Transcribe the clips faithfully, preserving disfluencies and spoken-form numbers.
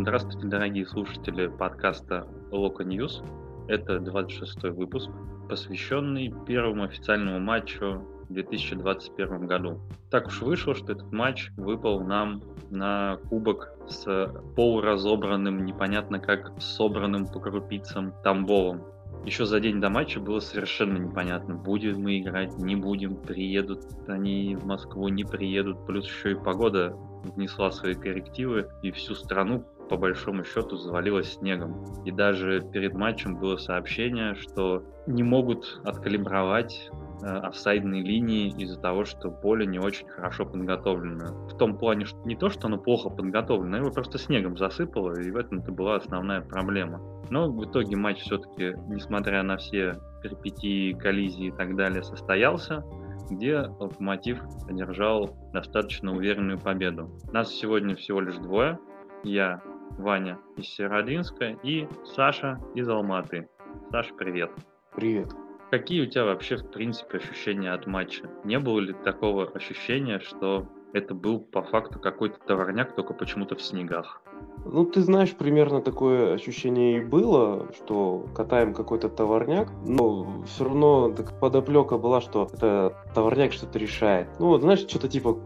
Здравствуйте, дорогие слушатели подкаста Loco News. Это двадцать шестой выпуск, посвященный первому официальному матчу в две тысячи двадцать первом году. Так уж вышло, что этот матч выпал нам на кубок с полуразобранным, непонятно как собранным по крупицам Тамбовом. Еще за день до матча было совершенно непонятно, будем мы играть, не будем, приедут они в Москву, не приедут. Плюс еще и погода внесла свои коррективы, и всю страну по большому счету завалилось снегом. И даже перед матчем было сообщение, что не могут откалибровать э, офсайдные линии из-за того, что поле не очень хорошо подготовлено. В том плане, что не то, что оно плохо подготовлено, его просто снегом засыпало, и в этом-то была основная проблема. Но в итоге матч все-таки, несмотря на все перипетии, коллизии и так далее, состоялся, где Локомотив одержал достаточно уверенную победу. Нас сегодня всего лишь двое. Я, Ваня из Северодвинска, и Саша из Алматы. Саша, привет. Привет. Какие у тебя вообще, в принципе, ощущения от матча? Не было ли такого ощущения, что это был по факту какой-то товарняк, только почему-то в снегах? Ну, ты знаешь, примерно такое ощущение и было, что катаем какой-то товарняк, но все равно так подоплека была, что это товарняк что-то решает. Ну, вот, знаешь, что-то типа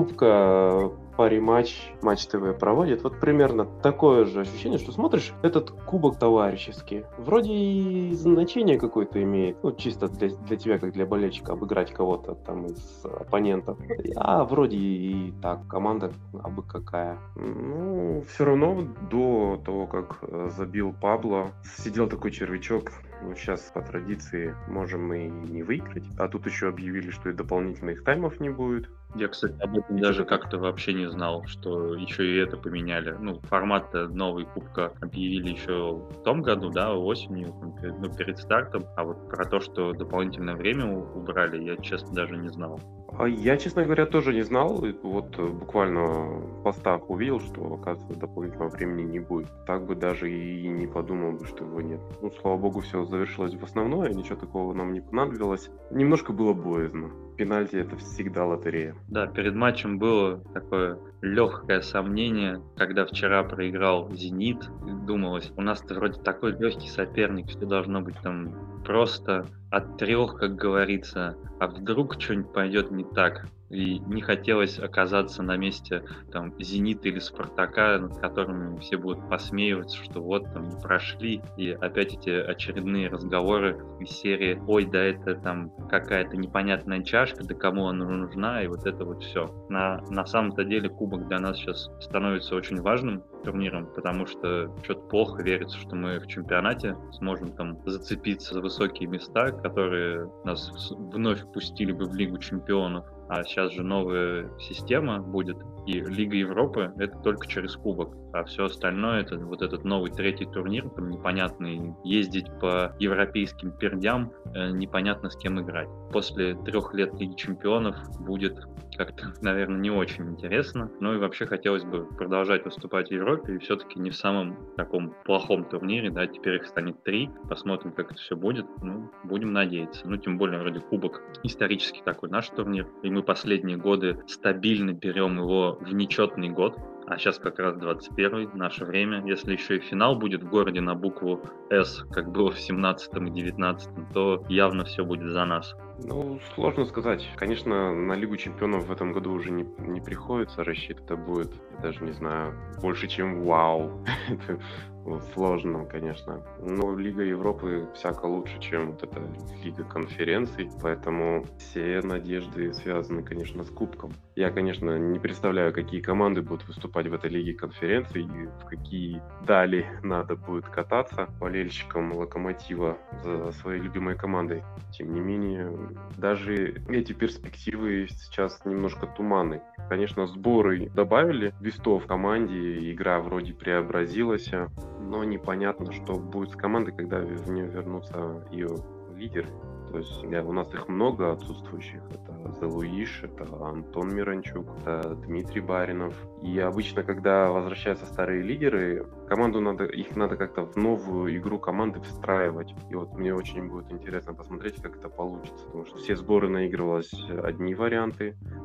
кубка пари-матч, Матч ТВ проводит. Вот примерно такое же ощущение, что смотришь этот кубок товарищеский. Вроде и значение какое-то имеет, ну, чисто для, для тебя, как для болельщика, обыграть кого-то там из оппонентов. А вроде и так, команда абы какая. Ну, все равно до того, как забил Пабло, сидел такой червячок. Ну, сейчас по традиции можем и не выиграть. А тут еще объявили, что и дополнительных таймов не будет. Я, кстати, об этом даже как-то вообще не знал, что еще и это поменяли. Ну, формат новый кубка объявили еще в том году, да, осенью, ну, перед стартом. А вот про то, что дополнительное время убрали, я, честно, даже не знал. А я, честно говоря, тоже не знал. Вот буквально в постах увидел, что, оказывается, дополнительного времени не будет. Так бы даже и не подумал бы, что его нет. Ну, слава богу, все завершилось в основное, ничего такого нам не понадобилось. Немножко было боязно. Пенальти — это всегда лотерея. Да, перед матчем было такое легкое сомнение, когда вчера проиграл «Зенит». Думалось, у нас-то вроде такой легкий соперник, все должно быть там просто от трех, как говорится, а вдруг что-нибудь пойдет не так. И не хотелось оказаться на месте там «Зенита» или «Спартака», над которыми все будут посмеиваться, что вот там не прошли. И опять эти очередные разговоры из серии «Ой, да это там какая-то непонятная чашка, да кому она нужна?» И вот это вот все. На, на самом-то деле кубок для нас сейчас становится очень важным турниром, потому что что-то плохо верится, что мы в чемпионате сможем там зацепиться за высокие места, которые нас вновь пустили бы в Лигу чемпионов. А сейчас же новая система будет, и Лига Европы — это только через кубок, а все остальное — это вот этот новый третий турнир, там непонятный, ездить по европейским пердям, э, непонятно с кем играть. После трех лет Лиги Чемпионов будет как-то, наверное, не очень интересно. Ну и вообще хотелось бы продолжать выступать в Европе, и все-таки не в самом таком плохом турнире, да, теперь их станет три, посмотрим, как это все будет, ну, будем надеяться. Ну, тем более, вроде кубок исторический такой наш турнир, и мы последние годы стабильно берем его в нечетный год, а сейчас как раз двадцать первый, наше время. Если еще и финал будет в городе на букву «С», как было в семнадцатом и девятнадцатом, то явно все будет за нас. Ну, сложно сказать. Конечно, на Лигу Чемпионов в этом году уже не, не приходится рассчитывать. Это будет, я даже не знаю, больше, чем вау. Это сложно, конечно. Но Лига Европы всяко лучше, чем вот эта Лига конференций. Поэтому все надежды связаны, конечно, с кубком. Я, конечно, не представляю, какие команды будут выступать в этой Лиге конференций и в какие дали надо будет кататься болельщикам Локомотива за своей любимой командой. Тем не менее, даже эти перспективы сейчас немножко туманны. Конечно, сборы добавили вестов в команде, игра вроде преобразилась, но непонятно, что будет с командой, когда в нее вернутся ее лидеры. То есть да, у нас их много отсутствующих. Это Зелуиш, это Антон Миранчук, это Дмитрий Баринов. И обычно, когда возвращаются старые лидеры, команду надо, их надо как-то в новую игру команды встраивать. И вот мне очень будет интересно посмотреть, как это получится. Потому что все сборы наигрывалось одни варианты,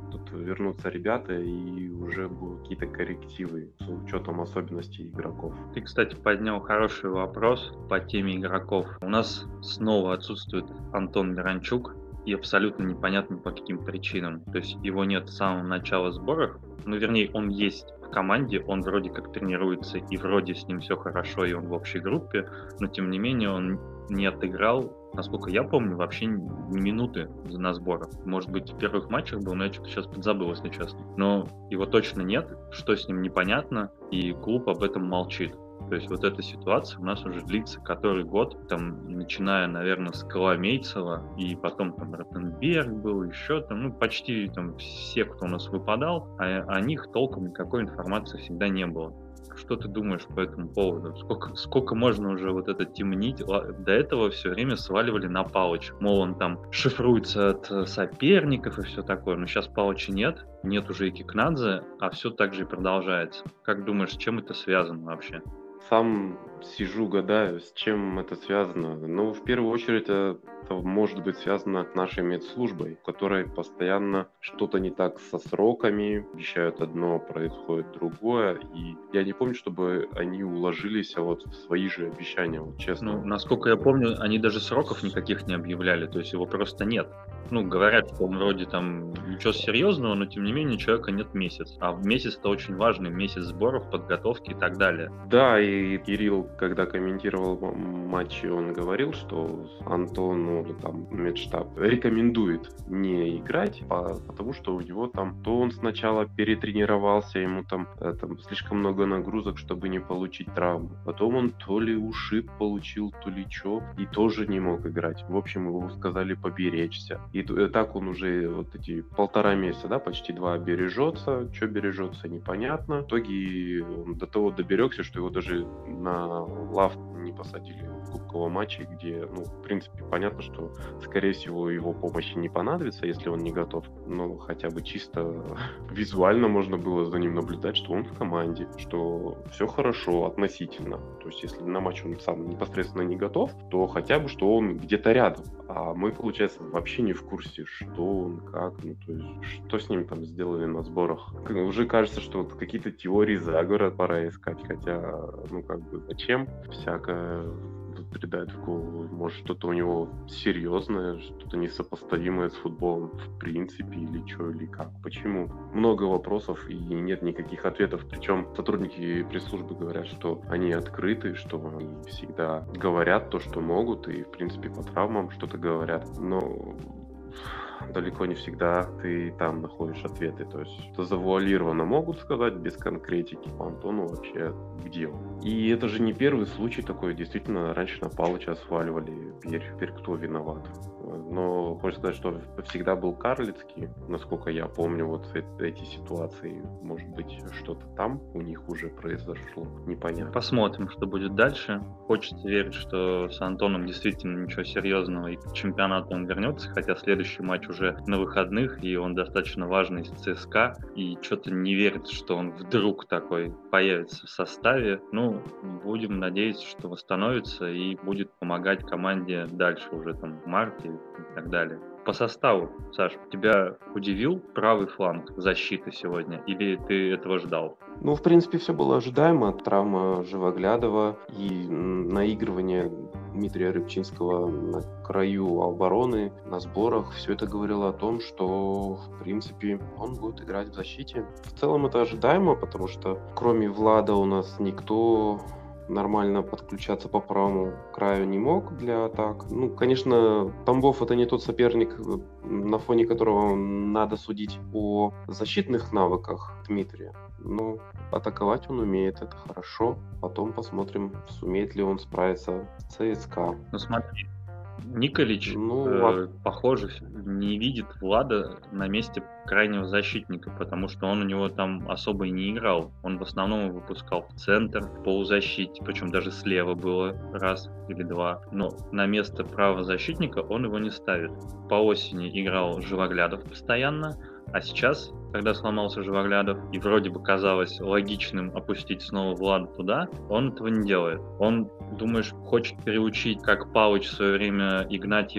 тут вернутся ребята и уже будут какие-то коррективы с учетом особенностей игроков. Ты, кстати, поднял хороший вопрос по теме игроков. У нас снова отсутствует Антон Миранчук, и абсолютно непонятно по каким причинам. То есть его нет с самого начала сборов, ну, вернее, он есть в команде, он вроде как тренируется, и вроде с ним все хорошо, и он в общей группе, но тем не менее он не отыграл, насколько я помню, вообще ни минуты на сборах. Может быть, в первых матчах был, но я что-то сейчас подзабыл, если честно. Но его точно нет, что с ним непонятно, и клуб об этом молчит. То есть вот эта ситуация у нас уже длится который год, там, начиная, наверное, с Коломейцева, и потом там Ротенберг был, еще там, ну, почти там все, кто у нас выпадал, а о них толком никакой информации всегда не было. Что ты думаешь по этому поводу? Сколько, сколько можно уже вот это темнить? До этого все время сваливали на Палыча. Мол, он там шифруется от соперников и все такое. Но сейчас Палыча нет, нет уже и Кикнадзе, а все так же и продолжается. Как думаешь, с чем это связано вообще? Сам сижу, гадаю, с чем это связано. Ну, в первую очередь, это может быть связано с нашей медслужбой, в которой постоянно что-то не так со сроками, обещают одно, происходит другое, и я не помню, чтобы они уложились вот в свои же обещания, вот честно. Ну, насколько я помню, они даже сроков никаких не объявляли, то есть его просто нет. Ну, говорят, что он вроде там ничего серьезного, но тем не менее человека нет месяц. А месяц это очень важный, месяц сборов, подготовки и так далее. Да, и Кирилл, когда комментировал матчи, он говорил, что Антону там медштаб рекомендует не играть, потому что у него там, то он сначала перетренировался, ему там, там слишком много нагрузок, чтобы не получить травму. Потом он то ли ушиб получил, то ли чё, и тоже не мог играть. В общем, его сказали поберечься. И так он уже вот эти полтора месяца, да, почти два бережется. Что бережется, непонятно. В итоге он до того доберегся, что его даже на лавку не посадили в кубковом матче, где, ну, в принципе, понятно, что, скорее всего, его помощи не понадобится, если он не готов. Но хотя бы чисто визуально можно было за ним наблюдать, что он в команде, что все хорошо относительно. То есть, если на матч он сам непосредственно не готов, то хотя бы, что он где-то рядом. А мы, получается, вообще не в курсе, что он, как, ну, то есть, что с ним там сделали на сборах. Уже кажется, что вот какие-то теории заговора пора искать, хотя, ну, как бы, зачем? Всякое придает в голову. Может, что-то у него серьезное, что-то несопоставимое с футболом в принципе, или что, или как. Почему? Много вопросов и нет никаких ответов. Причем сотрудники пресс-службы говорят, что они открыты, что они всегда говорят то, что могут, и, в принципе, по травмам что-то говорят. Но далеко не всегда ты там находишь ответы. То есть что завуалированно могут сказать без конкретики. По Антону вообще где он? И это же не первый случай такой. Действительно, раньше на Палыча сваливали. Теперь, теперь кто виноват? Но хочется сказать, что всегда был Карлицкий. Насколько я помню, вот эти ситуации, может быть, что-то там у них уже произошло. Непонятно. Посмотрим, что будет дальше. Хочется верить, что с Антоном действительно ничего серьезного, и к чемпионату он вернется, хотя следующий матч уже на выходных, и он достаточно важный с ЦСКА, и что-то не верится, что он вдруг такой появится в составе. Ну, будем надеяться, что восстановится и будет помогать команде дальше уже там в марте и так далее. По составу, Саш, тебя удивил правый фланг защиты сегодня, или ты этого ждал? Ну, в принципе, все было ожидаемо. Травма Живоглядова и наигрывание Дмитрия Рыбчинского на краю обороны, на сборах. Все это говорило о том, что, в принципе, он будет играть в защите. В целом это ожидаемо, потому что кроме Влада у нас никто нормально подключаться по правому краю не мог для атак. Ну, конечно, Тамбов — это не тот соперник, на фоне которого надо судить о защитных навыках Дмитрия. Но атаковать он умеет, это хорошо. Потом посмотрим, сумеет ли он справиться с ЦСКА. Ну смотри, Николич, Ну, э, похоже, не видит Влада на месте крайнего защитника, потому что он у него там особо и не играл. Он в основном выпускал в центр, в полузащите, причем даже слева было раз или два. Но на место правого защитника он его не ставит. По осени играл Живоглядов постоянно, а сейчас, когда сломался Живоглядов, и вроде бы казалось логичным опустить снова Влада туда, он этого не делает. Он, думаешь, хочет переучить, как Палыч в свое время Игнатьева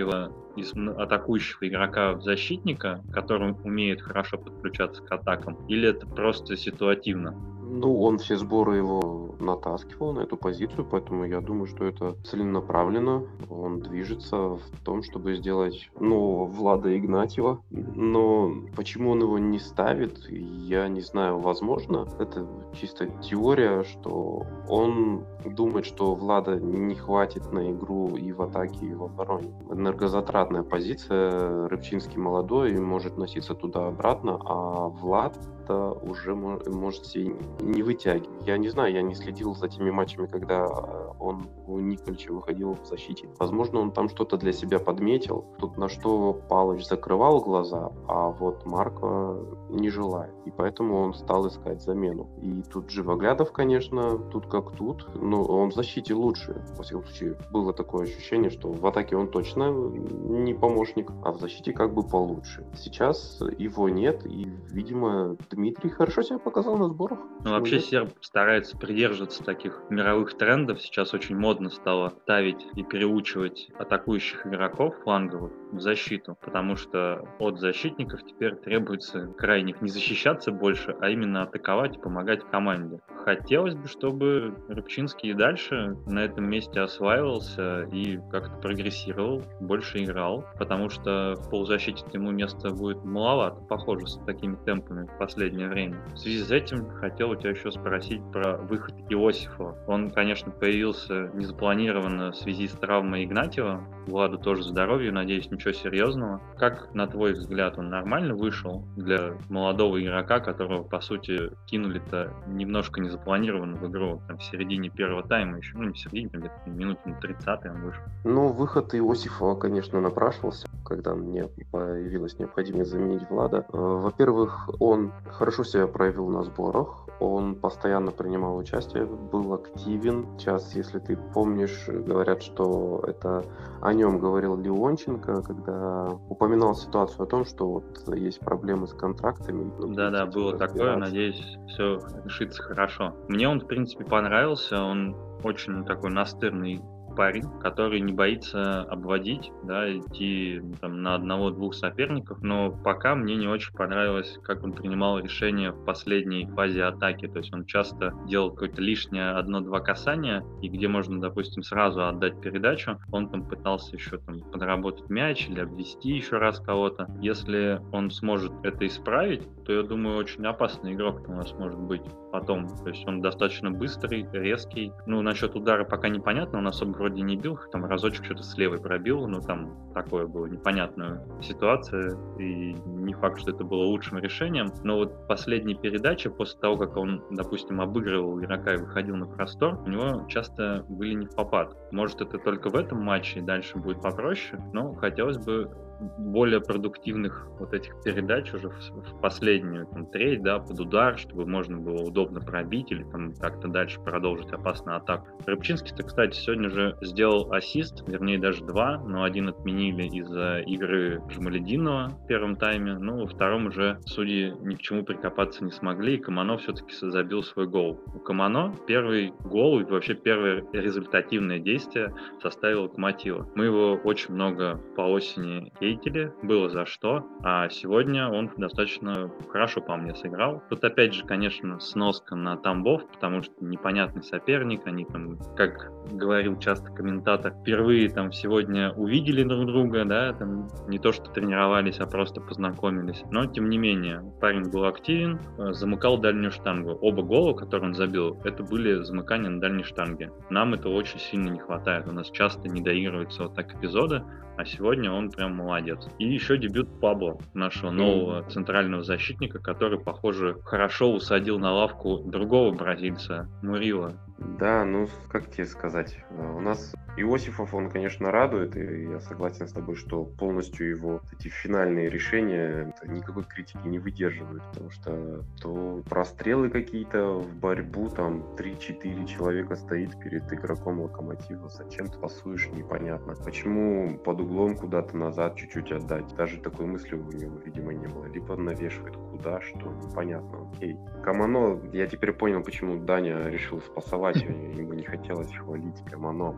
из м- атакующего игрока в защитника, который умеет хорошо подключаться к атакам, или это просто ситуативно? Ну, он все сборы его натаскивал на эту позицию, поэтому я думаю, что это целенаправленно. Он движется в том, чтобы сделать, ну, Влада Игнатьева. Но почему он его не ставит, я не знаю. Возможно, это чисто теория, что он думает, что Влада не хватит на игру и в атаке, и в обороне. Энергозатратная позиция, Рыбчинский молодой, может носиться туда-обратно, а Влад уже может себе не вытягивать. Я не знаю, я не следил за теми матчами, когда он у Никольча выходил в защите. Возможно, он там что-то для себя подметил. Тут на что Палыч закрывал глаза, а вот Марко не желает. И поэтому он стал искать замену. И тут Живоглядов, конечно, тут как тут. Но он в защите лучше. Во всяком случае, было такое ощущение, что в атаке он точно не помощник, а в защите как бы получше. Сейчас его нет, и, видимо, Дмитрий хорошо себя показал на сборах. Ну, вообще серб старается придерживаться таких мировых трендов. Сейчас очень модно стало ставить и переучивать атакующих игроков фланговых в защиту, потому что от защитников теперь требуется крайних не защищаться больше, а именно атаковать и помогать команде. Хотелось бы, чтобы Рыбчинский и дальше на этом месте осваивался и как-то прогрессировал, больше играл, потому что в полузащите ему места будет маловато, похоже, с такими темпами в последнее время. В связи с этим хотел у тебя еще спросить про выход Иосифова. Он, конечно, появился незапланированно в связи с травмой Игнатьева. Владу тоже здоровье, надеюсь, ничего серьезного. Как, на твой взгляд, он нормально вышел для молодого игрока, которого, по сути, кинули-то немножко незапланированно в игру, там, в середине первого тайма еще, ну, не в середине, там, где-то минут на тридцатой он вышел. Ну, выход Иосифова, конечно, напрашивался, когда мне появилась необходимость заменить Влада. Во-первых, он хорошо себя проявил на сборах, он постоянно принимал участие, был активен. Сейчас, если ты помнишь, говорят, что это о нем говорил Леонченко, когда упоминал ситуацию о том, что вот есть проблемы с контрактами. Да-да, было такое, надеюсь, все решится хорошо. Мне он, в принципе, понравился, он очень такой настырный парень, который не боится обводить, да, идти там, на одного-двух соперников, но пока мне не очень понравилось, как он принимал решения в последней фазе атаки, то есть он часто делал какое-то лишнее одно-два касания, и где можно, допустим, сразу отдать передачу, он там пытался еще там подработать мяч или обвести еще раз кого-то. Если он сможет это исправить, то, я думаю, очень опасный игрок у нас может быть потом, то есть он достаточно быстрый, резкий. Ну, насчет удара пока непонятно, он особо вроде не бил, там разочек что-то с левой пробил, но там такое было непонятная ситуация, и не факт, что это было лучшим решением. Но вот последняя передача, после того, как он, допустим, обыгрывал игрока и выходил на простор, у него часто были не в попад. Может, это только в этом матче, и дальше будет попроще, но хотелось бы более продуктивных вот этих передач уже в, в последнюю там, треть, да, под удар, чтобы можно было удобно пробить или там как-то дальше продолжить опасную атаку. Рыбчинский-то, кстати, сегодня же сделал ассист, вернее даже два, но один отменили из-за игры Жмалединова в первом тайме, ну, во втором уже судьи ни к чему прикопаться не смогли, и Камано все-таки забил свой гол. У Камано первый гол и вообще первое результативное действие составил Локомотива. Мы его очень много по осени хейтили, было за что, а сегодня он достаточно хорошо по мне сыграл. Тут опять же, конечно, сноска на Тамбов, потому что непонятный соперник, они там, как говорил часто комментатор, впервые там сегодня увидели друг друга, да, там не то что тренировались, а просто познакомились, но тем не менее парень был активен, замыкал дальнюю штангу. Оба гола, которые он забил, это были замыкания на дальней штанге. Нам этого очень сильно не хватает, у нас часто не доигрываются вот так эпизоды, а сегодня он прям молодец. И еще дебют Пабло, нашего нового центрального защитника, который, похоже, хорошо усадил на лавку другого бразильца, Мурила. Да, ну, как тебе сказать, у нас Иосифов, он, конечно, радует, и я согласен с тобой, что полностью его эти финальные решения никакой критики не выдерживают, потому что то прострелы какие-то в борьбу, там три-четыре человека стоит перед игроком Локомотива, зачем ты пасуешь, непонятно. Почему под углом куда-то назад чуть-чуть отдать? Даже такой мысли у него, видимо, не было. Либо навешивает куда, что непонятно, окей. Камано, я теперь понял, почему Даня решил спасовать, ему не хотелось хвалить Камано, это однозначно.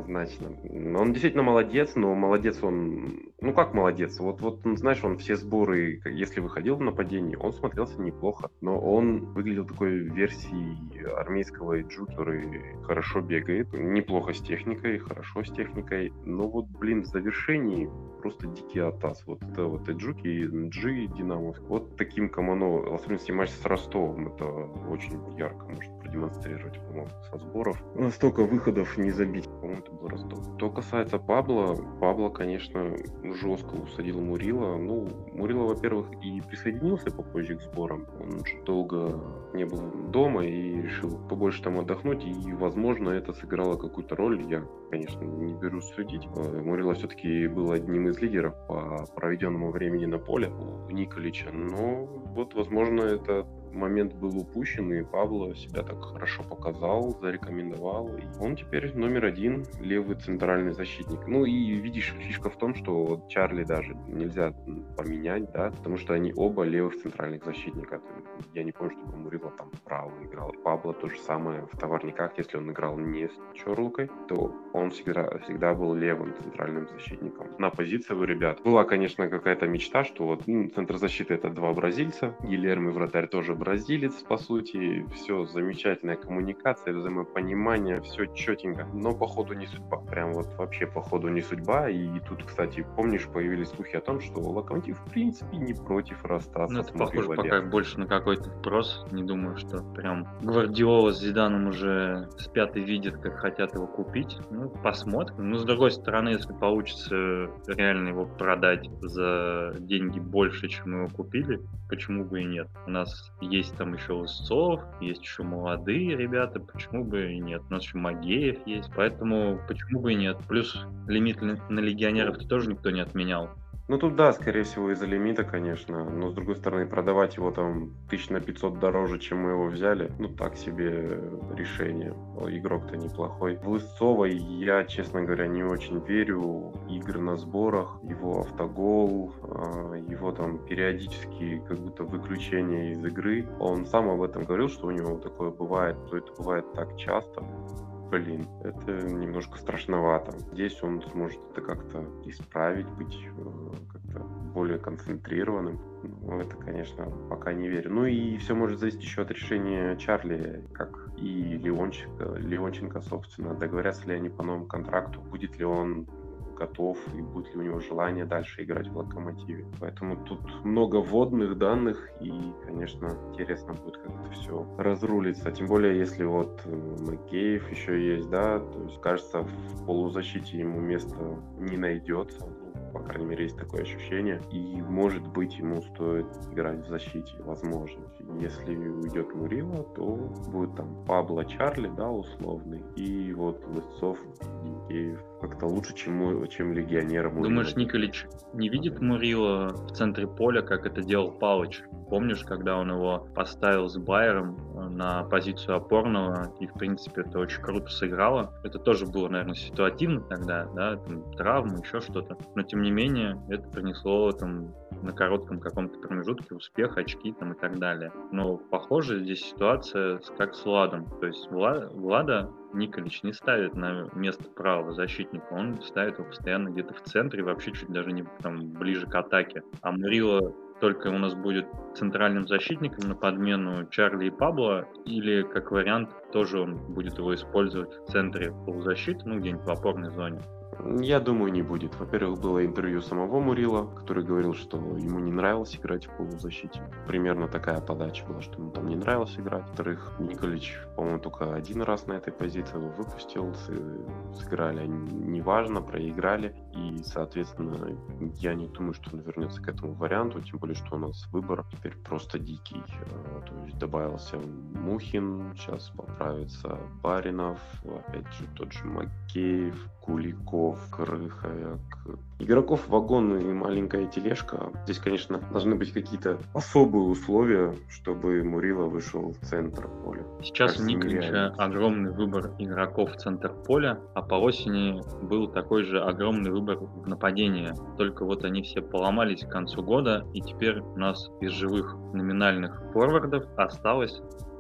однозначно. Но он действительно молодец, но молодец он... Ну как молодец? Вот, вот ну, знаешь, он все сборы, к- если выходил в нападении, он смотрелся неплохо. Но он выглядел такой версией армейского Эджу, который хорошо бегает, неплохо с техникой, хорошо с техникой. Но вот, блин, в завершении просто дикий атас. Вот это вот Эджуки и Джи Динамовск. Вот таким Камано, особенно матч с Ростовом, это очень ярко может продемонстрировать, по-моему, со сборов. Столько выходов не забить, по-моему, это был Ростов. Что касается Пабло, Пабло, конечно, жестко усадил Мурила. Ну, Мурила, во-первых, и присоединился попозже к сборам. Он же долго не был дома и решил побольше там отдохнуть, и, возможно, это сыграло какую-то роль. Я, конечно, не берусь судить. Э, Мурила все-таки был одним из лидеров по проведенному времени на поле у Николича, но вот, возможно, это момент был упущен, и Пабло себя так хорошо показал, зарекомендовал. И он теперь номер один, левый центральный защитник. Ну и видишь, фишка в том, что вот Чарли даже нельзя поменять, да, потому что они оба левых центральных защитника. Я не помню, чтобы Мурило там право играл. Пабло то же самое в товарниках, если он играл не с Чорлукой, то он всегда, всегда был левым центральным защитником. На позиции у ребят была, конечно, какая-то мечта, что вот ну, центр защиты это два бразильца, Гильермо вратарь тоже бразилец, по сути, все замечательная коммуникация, взаимопонимание, все четенько, но походу не судьба, прям вот вообще походу не судьба, и тут, кстати, помнишь, появились слухи о том, что Локомотив в принципе не против расстаться Ну, с это похоже Мурило. пока больше на какой-то вброс. Не думаю, что прям Гвардиола с Зиданом уже спят и видят, как хотят его купить. Ну, посмотрим. Но, с другой стороны, если получится реально его продать за деньги больше, чем мы его купили, почему бы и нет? У нас есть там еще Лысцов, есть еще молодые ребята, почему бы и нет? У нас еще Магеев есть, поэтому почему бы и нет? Плюс лимит на на легионеров тоже никто не отменял. Ну тут да, скорее всего из-за лимита, конечно, но с другой стороны продавать его там тысяч на пятьсот дороже, чем мы его взяли, ну так себе решение. О, игрок-то неплохой. В Лысцова я, честно говоря, не очень верю. Игры на сборах, его автогол, а, его там периодически как будто выключение из игры. Он сам об этом говорил, что у него такое бывает, то это бывает так часто. Блин, это немножко страшновато. Здесь он сможет это как-то исправить, быть э, как-то более концентрированным. Ну, это, конечно, пока не верю. Ну и все может зависеть еще от решения Чарли, как и Леонченко, Леонченко, собственно. Договорятся ли они по новому контракту, будет ли он готов и будет ли у него желание дальше играть в Локомотиве. Поэтому тут много вводных данных и, конечно, интересно будет как это все разрулиться. Тем более, если вот э, Макеев еще есть, да, то есть, кажется, в полузащите ему места не найдется. Ну, по крайней мере, есть такое ощущение. И, может быть, ему стоит играть в защите, возможно. Если уйдет Мурило, то будет там Пабло Чарли, да, условный, и вот Лысцов, Никеев. Как-то лучше, чем, Му- чем легионера Мурило. Думаешь, Николич не видит Мурила в центре поля, как это делал Палыч? Помнишь, когда он его поставил с Байером э, на позицию опорного, и, в принципе, это очень круто сыграло. Это тоже было, наверное, ситуативно тогда, да, там, травмы, еще что-то. Но, тем не менее, это принесло там на коротком каком-то промежутке успех, очки там и так далее. Но, похоже, здесь ситуация с- как с Владом. То есть Вла- Влада Николич не ставит на место правого защитника, он ставит его постоянно где-то в центре, вообще чуть даже не там, ближе к атаке. А Мурило только у нас будет центральным защитником на подмену Чарли и Пабло, или, как вариант, тоже он будет его использовать в центре полузащиты, ну, где-нибудь в опорной зоне. Я думаю, не будет. Во-первых, было интервью самого Мурила, который говорил, что ему не нравилось играть в полузащите. Примерно такая подача была, что ему там не нравилось играть. Во-вторых, Николич, по-моему, только один раз на этой позиции его выпустил. С- Сыграли они неважно, проиграли. И, соответственно, я не думаю, что он вернется к этому варианту, тем более, что у нас выбор теперь просто дикий. Э, То есть добавился Мухин, сейчас поправится Баринов, опять же тот же Макеев, Куликов, Крыховик. Игроков вагон и маленькая тележка. Здесь, конечно, должны быть какие-то особые условия, чтобы Мурило вышел в центр поля. Сейчас у Кажется, Николича нереально. огромный выбор игроков в центр поля, а по осени был такой же огромный выбор в нападении. Только вот они все поломались к концу года, и теперь у нас из живых номинальных форвардов осталось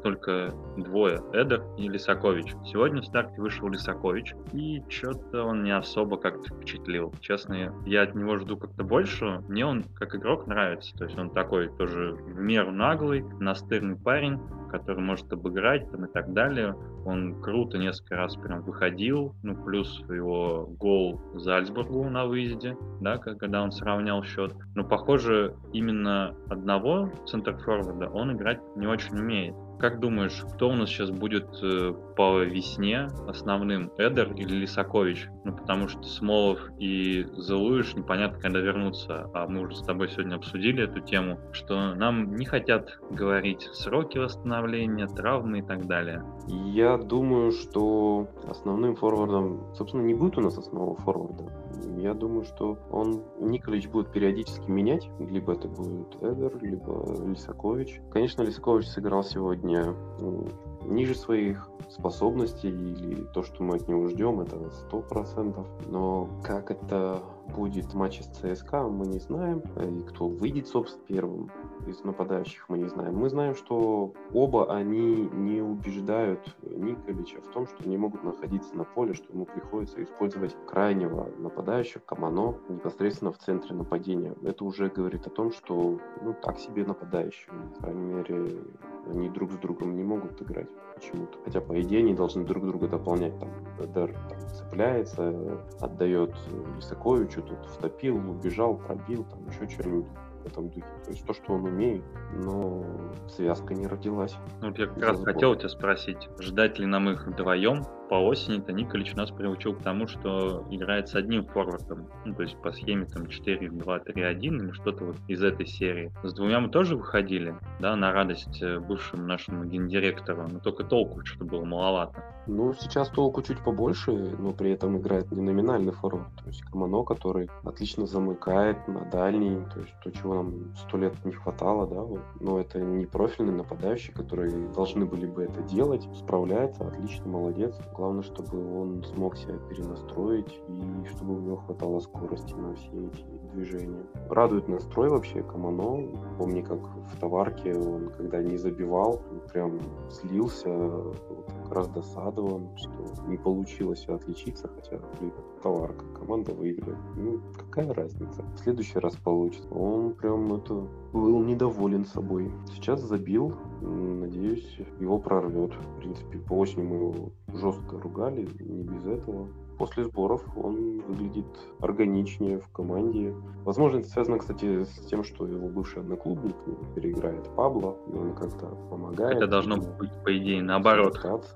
только двое, Эдер и Лисакович. Сегодня в старте вышел Лисакович, и что-то он не особо как-то впечатлил. Честно, я, я от него жду как-то больше. Мне он как игрок нравится, то есть он такой тоже в меру наглый, настырный парень, который может обыграть там, и так далее. Он круто несколько раз прям выходил, ну, плюс его гол Зальцбургу на выезде, да, когда он сравнял счет. Но, похоже, именно одного центрфорварда он играть не очень умеет. Как думаешь, кто у нас сейчас будет э, по весне основным, Эдер или Лисакович? Ну, потому что Смолов и Зелуиш непонятно, когда вернутся. А мы уже с тобой сегодня обсудили эту тему, что нам не хотят говорить сроки восстановления, травмы и так далее. Я думаю, что основным форвардом, собственно, не будет у нас основного форварда. Я думаю, что он, Николич будет периодически менять. Либо это будет Эдер, либо Лисакович. Конечно, Лисакович сыграл сегодня ну, ниже своих способностей, или то, что мы от него ждем, это сто процентов. Но как это будет в матче с ЦСКА, мы не знаем. И кто выйдет, собственно, первым из нападающих, мы не знаем. Мы знаем, что оба они не убеждают Николича в том, что не могут находиться на поле, что ему приходится использовать крайнего нападающего, Камано, непосредственно в центре нападения. Это уже говорит о том, что ну так себе нападающие. По крайней мере, они друг с другом не могут играть почему-то. Хотя, по идее, они должны друг друга дополнять. Там Эдер там, цепляется, отдает Лисаковичу, тут втопил, убежал, пробил, там еще что-нибудь в этом духе. То есть то, что он умеет, но связка не родилась. Ну, вот я как раз хотел тебя спросить, ждать ли нам их вдвоем? По осени-то Николич нас приучил к тому, что играет с одним форвардом, ну, то есть по схеме там четыре два три один или что-то вот из этой серии. С двумя мы тоже выходили, да, на радость бывшему нашему гендиректору, но только толку что-то было маловато. Ну, сейчас толку чуть побольше, но при этом играет не номинальный форвард, то есть Камано, который отлично замыкает на дальний, то есть то, чего нам сто лет не хватало, да, вот. Но это не профильный нападающий, которые должны были бы это делать, справляется, отлично, молодец. Главное, чтобы он смог себя перенастроить и чтобы у него хватало скорости на все эти движения. Радует настрой вообще Камано. Помню, как в товарке он, когда не забивал, прям злился, вот, раздосадован, что не получилось отличиться, хотя, блин, товарка, команда выиграет. Ну, какая разница? В следующий раз получится. Он прям это был недоволен собой. Сейчас забил, надеюсь, его прорвет. В принципе, по осени мы его жестко ругали, не без этого. После сборов он выглядит органичнее в команде. Возможно, это связано, кстати, с тем, что его бывший одноклубник переиграет Пабло, и он как-то помогает. Это должно быть, по идее, наоборот.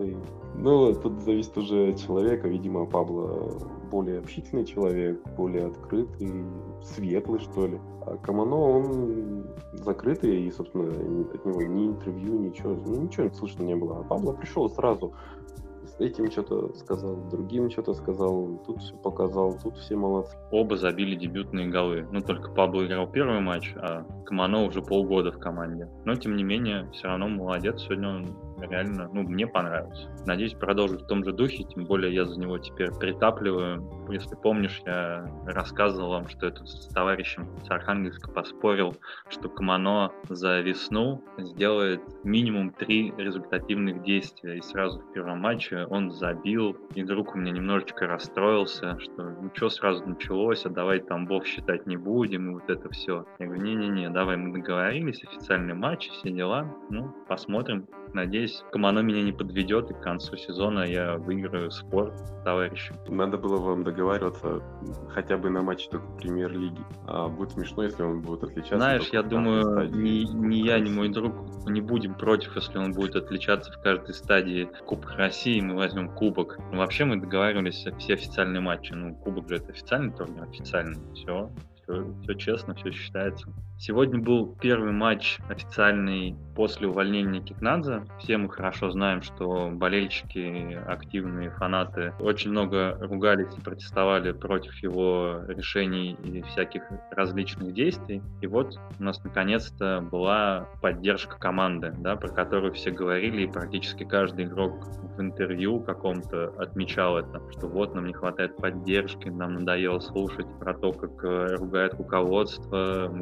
Ну, тут зависит уже от человека. Видимо, Пабло более общительный человек, более открытый, светлый, что ли. А Камано, он закрытый, и, собственно, от него ни интервью, ничего, ну, ничего слышно не было. А Пабло пришел сразу. С этим что-то сказал, другим что-то сказал, тут все показал, тут все молодцы. Оба забили дебютные голы. Ну, только Пабло играл первый матч, а Камано уже полгода в команде. Но, тем не менее, все равно молодец. Сегодня он реально, ну, мне понравился. Надеюсь, продолжит в том же духе, тем более я за него теперь притапливаю. Если помнишь, я рассказывал вам, что я тут с товарищем с Архангельска поспорил, что Камано за весну сделает минимум три результативных действия. И сразу в первом матче он забил, и друг у меня немножечко расстроился, что ну что сразу началось, а давай там бог считать не будем, и вот это все. Я говорю, не-не-не, давай мы договорились, официальный матч, все дела, ну, посмотрим. Надеюсь, Камано меня не подведет, и к концу сезона я выиграю спор с товарищем. Надо было вам договариваться хотя бы на матче только премьер-лиги. А будет смешно, если он будет отличаться. Знаешь, я думаю, ни, ни я, ни мой друг не будем против, если он будет отличаться в каждой стадии Кубка России, мы возьмем кубок. Но вообще мы договаривались все официальные матчи. Ну, кубок же это официальный турнир, официальный. Все. Все, все честно, все считается. Сегодня был первый матч официальный после увольнения Кикнадзе. Все мы хорошо знаем, что болельщики, активные фанаты очень много ругались и протестовали против его решений и всяких различных действий. И вот у нас наконец-то была поддержка команды, да, про которую все говорили, и практически каждый игрок в интервью каком-то отмечал это, что вот нам не хватает поддержки, нам надоело слушать про то, как ругают руководство, мы хотим,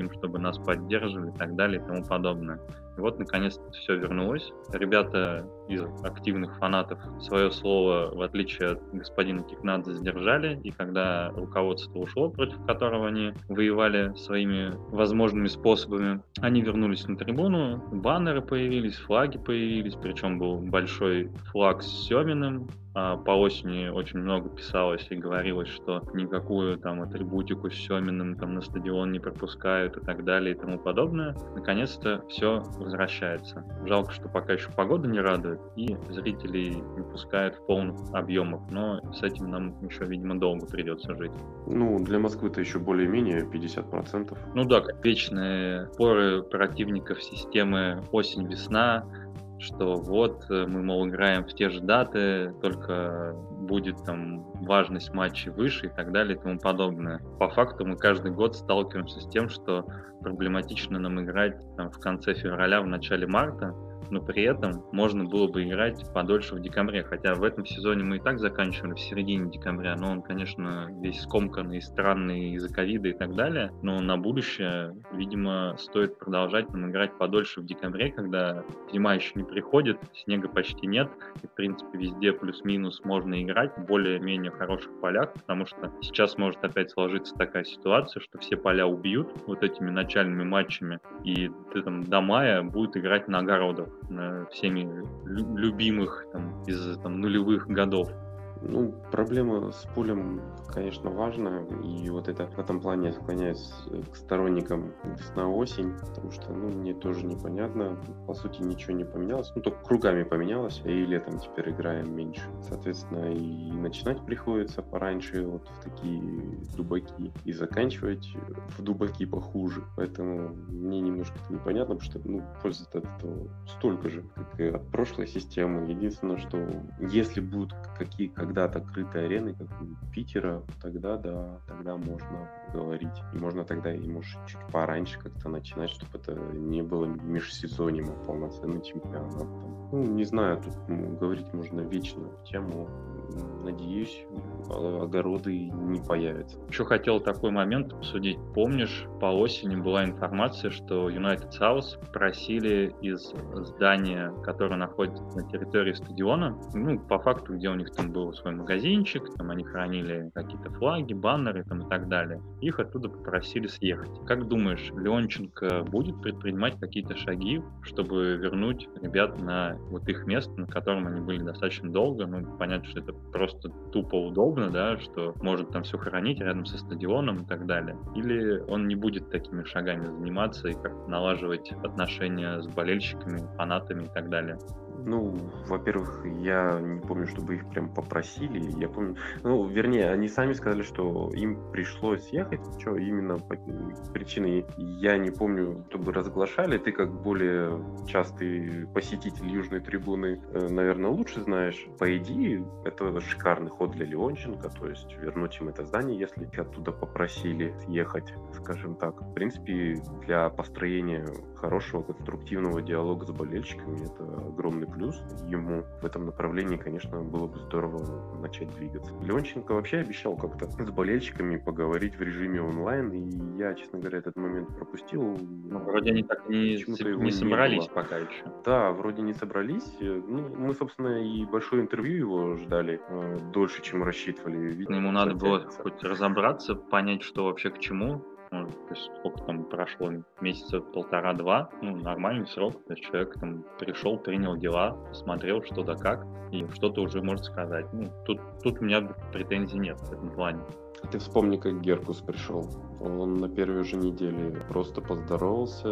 хотим, чтобы нас поддерживали и так далее и тому подобное. И вот, наконец-то, все вернулось. Ребята из активных фанатов свое слово, в отличие от господина Кикнадзе, сдержали, и когда руководство ушло, против которого они воевали своими возможными способами, они вернулись на трибуну, баннеры появились, флаги появились, причем был большой флаг с Семиным. А по осени очень много писалось и говорилось, что никакую там атрибутику с Семиным там на стадион не пропускают и так далее и тому подобное. Наконец-то все возвращается. Жалко, что пока еще погода не радует и зрителей не пускают в полных объемах, но с этим нам еще, видимо, долго придется жить. Ну, для Москвы-то еще более-менее пятьдесят процентов. Ну да, как вечные споры противников системы осень-весна, что вот мы, мол, играем в те же даты, только будет там важность матчей выше и так далее и тому подобное. По факту мы каждый год сталкиваемся с тем, что проблематично нам играть там, в конце февраля, в начале марта, но при этом можно было бы играть подольше в декабре, хотя в этом сезоне мы и так заканчивали в середине декабря, но он, конечно, весь скомканный, странный из-за ковида и так далее, но на будущее, видимо, стоит продолжать нам играть подольше в декабре, когда зима еще не приходит, снега почти нет, и, в принципе, везде плюс-минус можно играть в более-менее хороших полях, потому что сейчас может опять сложиться такая ситуация, что все поля убьют вот этими начальными матчами, и ты там до мая будет играть на огородах, на всеми лю- любимых там, из там, нулевых годов. Ну, проблема с полем, конечно, важна, и вот это в этом плане я склоняюсь к сторонникам весна-осень, потому что, ну, мне тоже непонятно, по сути, ничего не поменялось, ну, только кругами поменялось, и летом теперь играем меньше. Соответственно, и начинать приходится пораньше, вот в такие дубаки, и заканчивать в дубаки похуже, поэтому мне немножко это непонятно, потому что, ну, пользы от этого столько же, как и от прошлой системы. Единственное, что если будут какие когда-то крытые арены, как у Питера, тогда да, тогда можно говорить. И можно тогда и, может, чуть пораньше как-то начинать, чтобы это не было межсезоньем, а полноценный чемпионат. Там. Ну, не знаю, тут ну, говорить можно вечно тему. Надеюсь, огороды не появятся. Еще хотел такой момент обсудить. Помнишь, по осени была информация, что United South просили из здания, которое находится на территории стадиона, ну, по факту, где у них там был свой магазинчик, там они хранили какие-то флаги, баннеры там, и так далее, их оттуда попросили съехать. Как думаешь, Леонченко будет предпринимать какие-то шаги, чтобы вернуть ребят на вот их место, на котором они были достаточно долго? Ну, понятно, что это просто тупо удобно, да, что может там все хранить рядом со стадионом и так далее. Или он не будет такими шагами заниматься и как-то налаживать отношения с болельщиками, фанатами и так далее? Ну, во-первых, я не помню, чтобы их прям попросили. Я помню, ну, вернее, они сами сказали, что им пришлось ехать. Что именно по причине, я не помню, чтобы разглашали. Ты как более частый посетитель Южной трибуны, наверное, лучше знаешь. По идее, это шикарный ход для Леонченко, то есть вернуть им это здание, если их оттуда попросили съехать, скажем так. В принципе, для построения хорошего конструктивного диалога с болельщиками это огромный плюс. Ему в этом направлении, конечно, было бы здорово начать двигаться. Леонченко вообще обещал как-то с болельщиками поговорить в режиме онлайн, и я, честно говоря, этот момент пропустил. Ну, вроде они так не, не, не собрались не пока еще. Да, вроде не собрались. Ну, мы, собственно, и большое интервью его ждали э, дольше, чем рассчитывали. Видимо, ему надо было хоть разобраться, понять, что вообще к чему. Ну, то есть сколько там прошло, месяца полтора-два, ну, нормальный срок, то есть человек там пришел, принял дела, посмотрел что да как, и что-то уже может сказать. Ну, тут, тут у меня претензий нет в этом плане. Ты вспомни, как Геркус пришел. Он на первой же неделе просто поздоровался.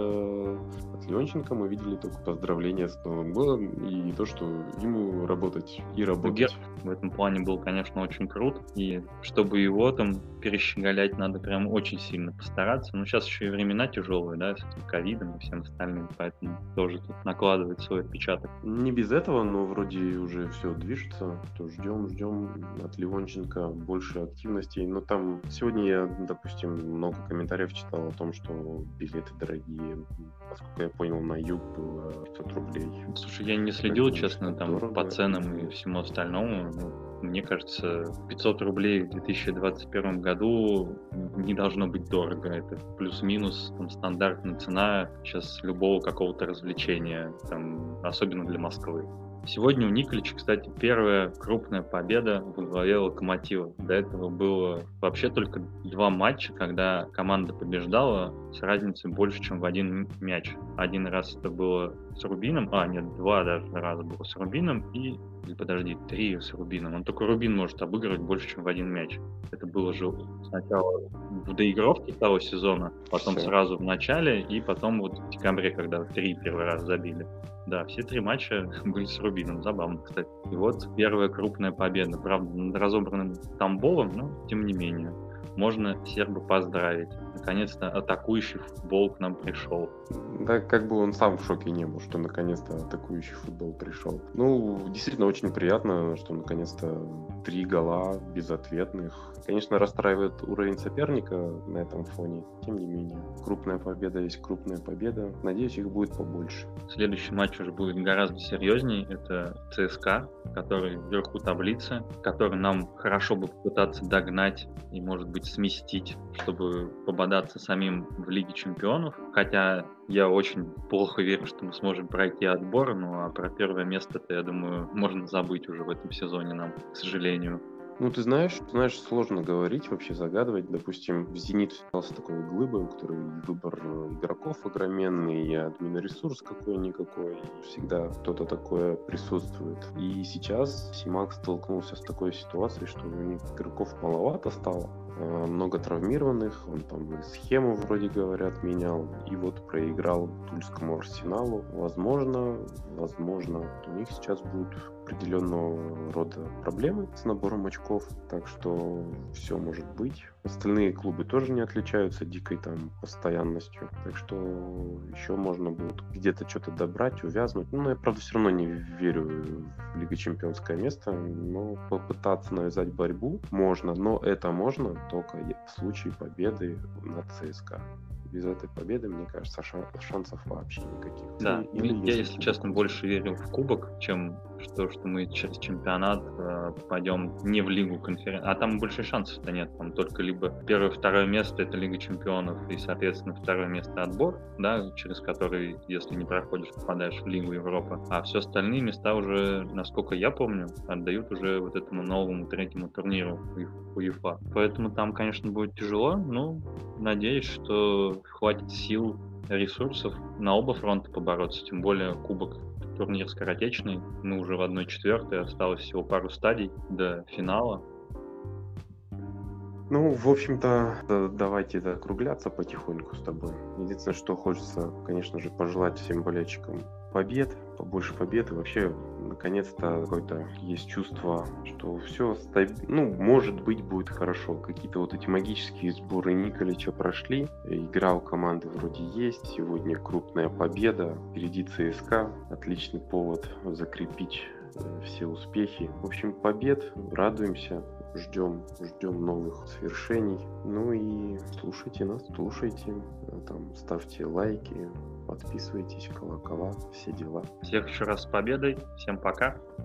От Леонченко мы видели только поздравления с Новым годом и то, что ему работать и работать. Геркус в этом плане был, конечно, очень крут. И чтобы его там перещеголять, надо прям очень сильно постараться. Но сейчас еще и времена тяжелые, да, с этим ковидом и всем остальным, поэтому тоже тут накладывает свой отпечаток. Не без этого, но вроде уже все движется. То ждем, ждем от Леонченко больше активности. Но там сегодня я, допустим, много комментариев читал о том, что билеты дорогие. Насколько я понял, на юг было пятьсот рублей. Слушай, я не следил, честно, там дорого. По ценам и всему остальному. Ну, мне кажется, пятьсот рублей в две тысячи двадцать первом году не должно быть дорого. Это плюс-минус там, стандартная цена сейчас любого какого-то развлечения, там, особенно для Москвы. Сегодня у Николича, кстати, первая крупная победа во главе Локомотива. До этого было вообще только два матча, когда команда побеждала с разницей больше, чем в один мяч. Один раз это было с Рубином, а нет, два даже раза было с Рубином и, или подожди, три с Рубином. Он только Рубин может обыгрывать больше, чем в один мяч. Это было же сначала в доигровке того сезона, потом Всё. сразу в начале и потом вот в декабре, когда три первый раз забили. Да, все три матча были с Рубином. Забавно, кстати. И вот первая крупная победа. Правда, над разобранным Тамбовом, но тем не менее. Можно серба поздравить. Наконец-то атакующий футбол к нам пришел. Да, как бы он сам в шоке не был, что наконец-то атакующий футбол пришел. Ну, действительно очень приятно, что наконец-то три гола безответных. Конечно, расстраивает уровень соперника на этом фоне. Тем не менее, крупная победа есть крупная победа. Надеюсь, их будет побольше. Следующий матч уже будет гораздо серьезнее. Это ЦСКА, который вверху таблицы, который нам хорошо бы попытаться догнать и, может быть, сместить, чтобы пободаться самим в Лиге Чемпионов. Хотя я очень плохо верю, что мы сможем пройти отбор, ну а про первое место-то, я думаю, можно забыть уже в этом сезоне нам, к сожалению. Ну, ты знаешь, знаешь, сложно говорить, вообще загадывать. Допустим, в «Зенит» остался такой вот глыбой, у которой и выбор игроков огроменный, и админресурс какой-никакой, и всегда кто-то такое присутствует. И сейчас Симак столкнулся с такой ситуацией, что у них игроков маловато стало, много травмированных, он там и схему, вроде говорят, менял, и вот проиграл Тульскому Арсеналу. Возможно, возможно, у них сейчас будут определенного рода проблемы с набором очков, так что все может быть. Остальные клубы тоже не отличаются дикой там постоянностью, так что еще можно будет где-то что-то добрать, увязнуть. Ну, я, правда, все равно не верю в Лига Чемпионское место, но попытаться навязать борьбу можно, но это можно только в случае победы над ЦСКА. Без этой победы, мне кажется, шан- шансов вообще никаких. Да, Или я, если кубок честно, будет. больше верю в кубок, чем что, что мы через чемпионат э, попадем не в Лигу конференции. А там больше шансов-то нет. Там только либо первое, второе место — это Лига Чемпионов, и, соответственно, второе место — отбор, да, через который, если не проходишь, попадаешь в Лигу Европы. А все остальные места уже, насколько я помню, отдают уже вот этому новому третьему турниру УЕФА. Поэтому там, конечно, будет тяжело, но надеюсь, что хватит сил, ресурсов на оба фронта побороться, тем более кубок турнир скоротечный, мы уже в одной четвертой, осталось всего пару стадий до финала. Ну, в общем-то, да- давайте закругляться потихоньку с тобой. Единственное, что хочется, конечно же, пожелать всем болельщикам побед, побольше побед, и вообще, наконец-то, какое-то есть чувство, что все, ну, может быть, будет хорошо. Какие-то вот эти магические сборы Николича прошли, игра у команды вроде есть, сегодня крупная победа, впереди ЦСКА, отличный повод закрепить э, все успехи. В общем, побед, радуемся. Ждем, ждем новых свершений. Ну и слушайте нас, слушайте, э, там, ставьте лайки, подписывайтесь, колокола, все дела. Всех еще раз с победой, всем пока.